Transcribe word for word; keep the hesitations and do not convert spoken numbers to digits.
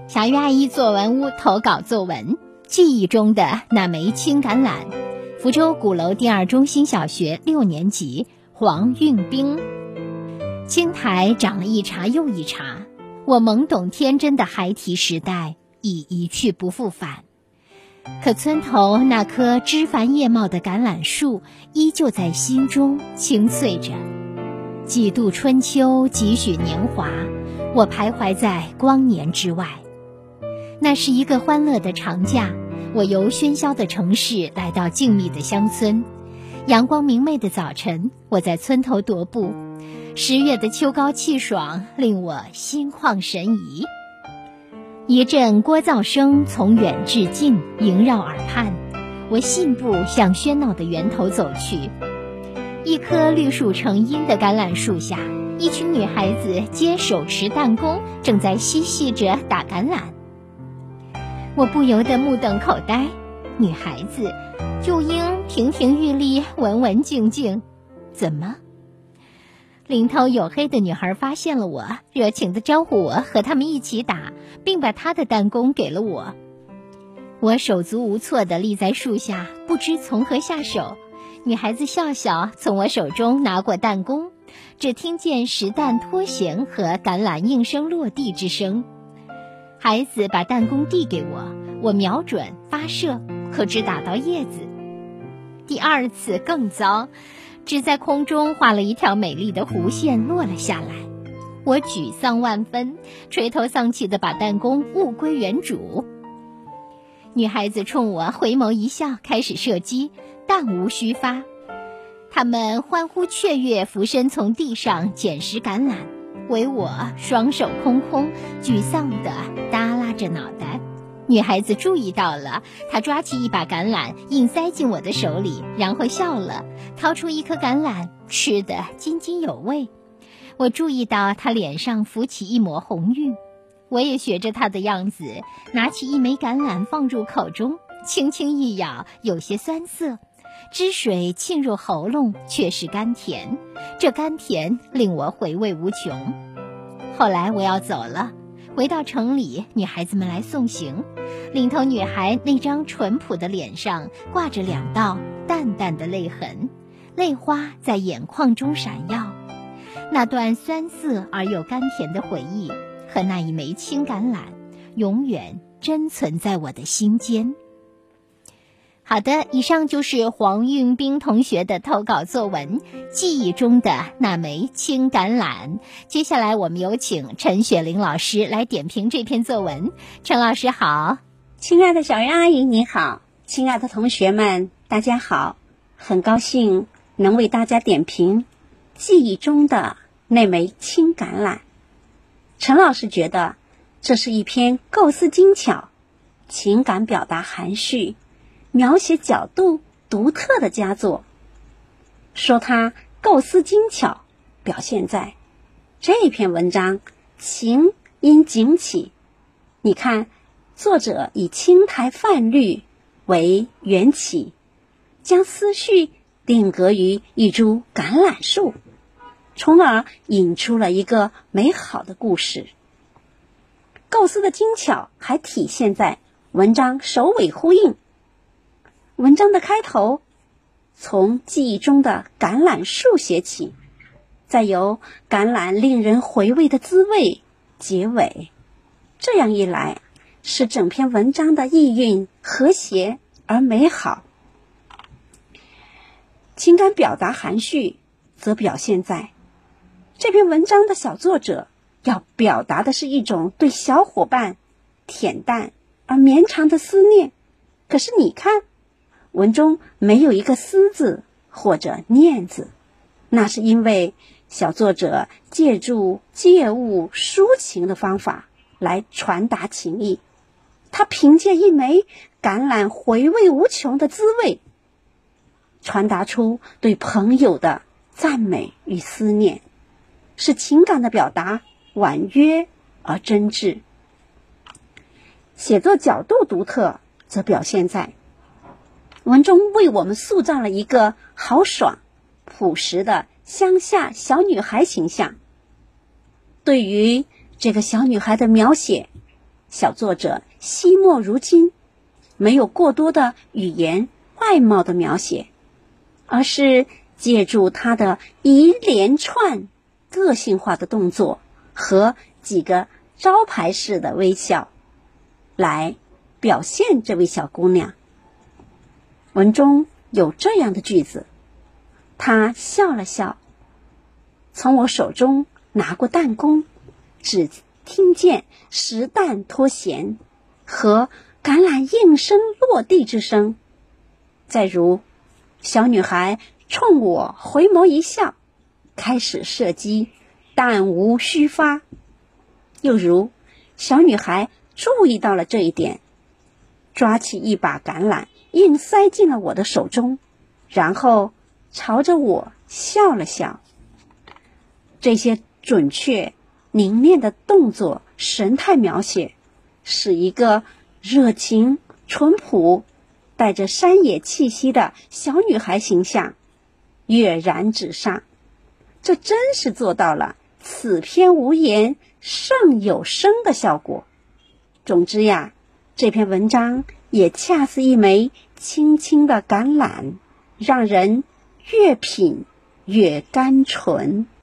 小鱼阿姨作文屋投稿作文：记忆中的那枚青橄榄。福州鼓楼第二中心小学六年级，黄运兵。青苔长了一茬又一茬，我懵懂天真的孩提时代已一去不复返。可村头那棵枝繁叶茂的橄榄树依旧在心中清脆着。几度春秋，几许年华，我徘徊在光年之外。那是一个欢乐的长假，我由喧嚣的城市来到静谧的乡村。阳光明媚的早晨，我在村头踱步。十月的秋高气爽，令我心旷神怡。一阵聒噪声从远至近萦绕耳畔，我信步向喧闹的源头走去。一棵绿树成荫的橄榄树下，一群女孩子皆手持弹弓，正在嬉戏着打橄榄。我不由得目瞪口呆，女孩子就应亭亭玉立，文文静静，怎么？领头黝黑的女孩发现了我，热情地招呼我和他们一起打，并把她的弹弓给了我。我手足无措地立在树下，不知从何下手。女孩子笑笑从我手中拿过弹弓，只听见实弹脱弦和橄榄应声落地之声。孩子把弹弓递给我，我瞄准发射，可只打到叶子。第二次更糟，只在空中画了一条美丽的弧线落了下来。我沮丧万分，垂头丧气地把弹弓物归原主。女孩子冲我回眸一笑，开始射击，弹无虚发。她们欢呼雀跃，俯身从地上捡拾橄榄，唯我双手空空，沮丧地耷拉着脑袋。女孩子注意到了，她抓起一把橄榄硬塞进我的手里，然后笑了，掏出一颗橄榄，吃得津津有味。我注意到她脸上浮起一抹红晕，我也学着她的样子，拿起一枚橄榄放入口中，轻轻一咬，有些酸涩，汁水沁入喉咙，却是甘甜。这甘甜令我回味无穷。后来我要走了，回到城里，女孩子们来送行。领头女孩那张淳朴的脸上挂着两道淡淡的泪痕，泪花在眼眶中闪耀。那段酸涩而又甘甜的回忆和那一枚青橄榄永远珍存在我的心间。好的，以上就是黄运兵同学的投稿作文《记忆中的那枚青橄榄》。接下来我们有请陈雪玲老师来点评这篇作文。陈老师好。 亲爱的小鱼阿姨你好，亲爱的同学们大家好，很高兴能为大家点评记忆中的那枚青橄榄。陈老师觉得这是一篇构思精巧、情感表达含蓄、描写角度独特的佳作。说它构思精巧，表现在这篇文章情因景起。你看，作者以青苔泛绿为缘起，将思绪定格于一株橄榄树，从而引出了一个美好的故事。构思的精巧还体现在文章首尾呼应。文章的开头从记忆中的橄榄树写起，再由橄榄令人回味的滋味结尾。这样一来，使整篇文章的意蕴和谐而美好。情感表达含蓄则表现在这篇文章的小作者要表达的是一种对小伙伴恬淡而绵长的思念。可是你看，文中没有一个思字或者念字，那是因为小作者借助借物抒情的方法来传达情意。他凭借一枚橄榄回味无穷的滋味，传达出对朋友的赞美与思念，使情感的表达婉约而真挚。写作角度独特，则表现在文中为我们塑造了一个豪爽、朴实的乡下小女孩形象。对于这个小女孩的描写， 小作者惜墨如金，没有过多的语言外貌的描写，而是借助他的一连串个性化的动作和几个招牌式的微笑来表现这位小姑娘。文中有这样的句子：她笑了笑，从我手中拿过弹弓，只听见实弹脱弦和橄榄应声落地之声。再如小女孩冲我回眸一笑，开始射击，弹无虚发。又如小女孩注意到了这一点，抓起一把橄榄硬塞进了我的手中，然后朝着我笑了笑。这些准确凝练的动作神态描写，使一个热情淳朴带着山野气息的小女孩形象跃然纸上。这真是做到了此篇无言胜有声的效果。总之呀，这篇文章也恰似一枚轻轻的橄榄，让人越品越甘醇。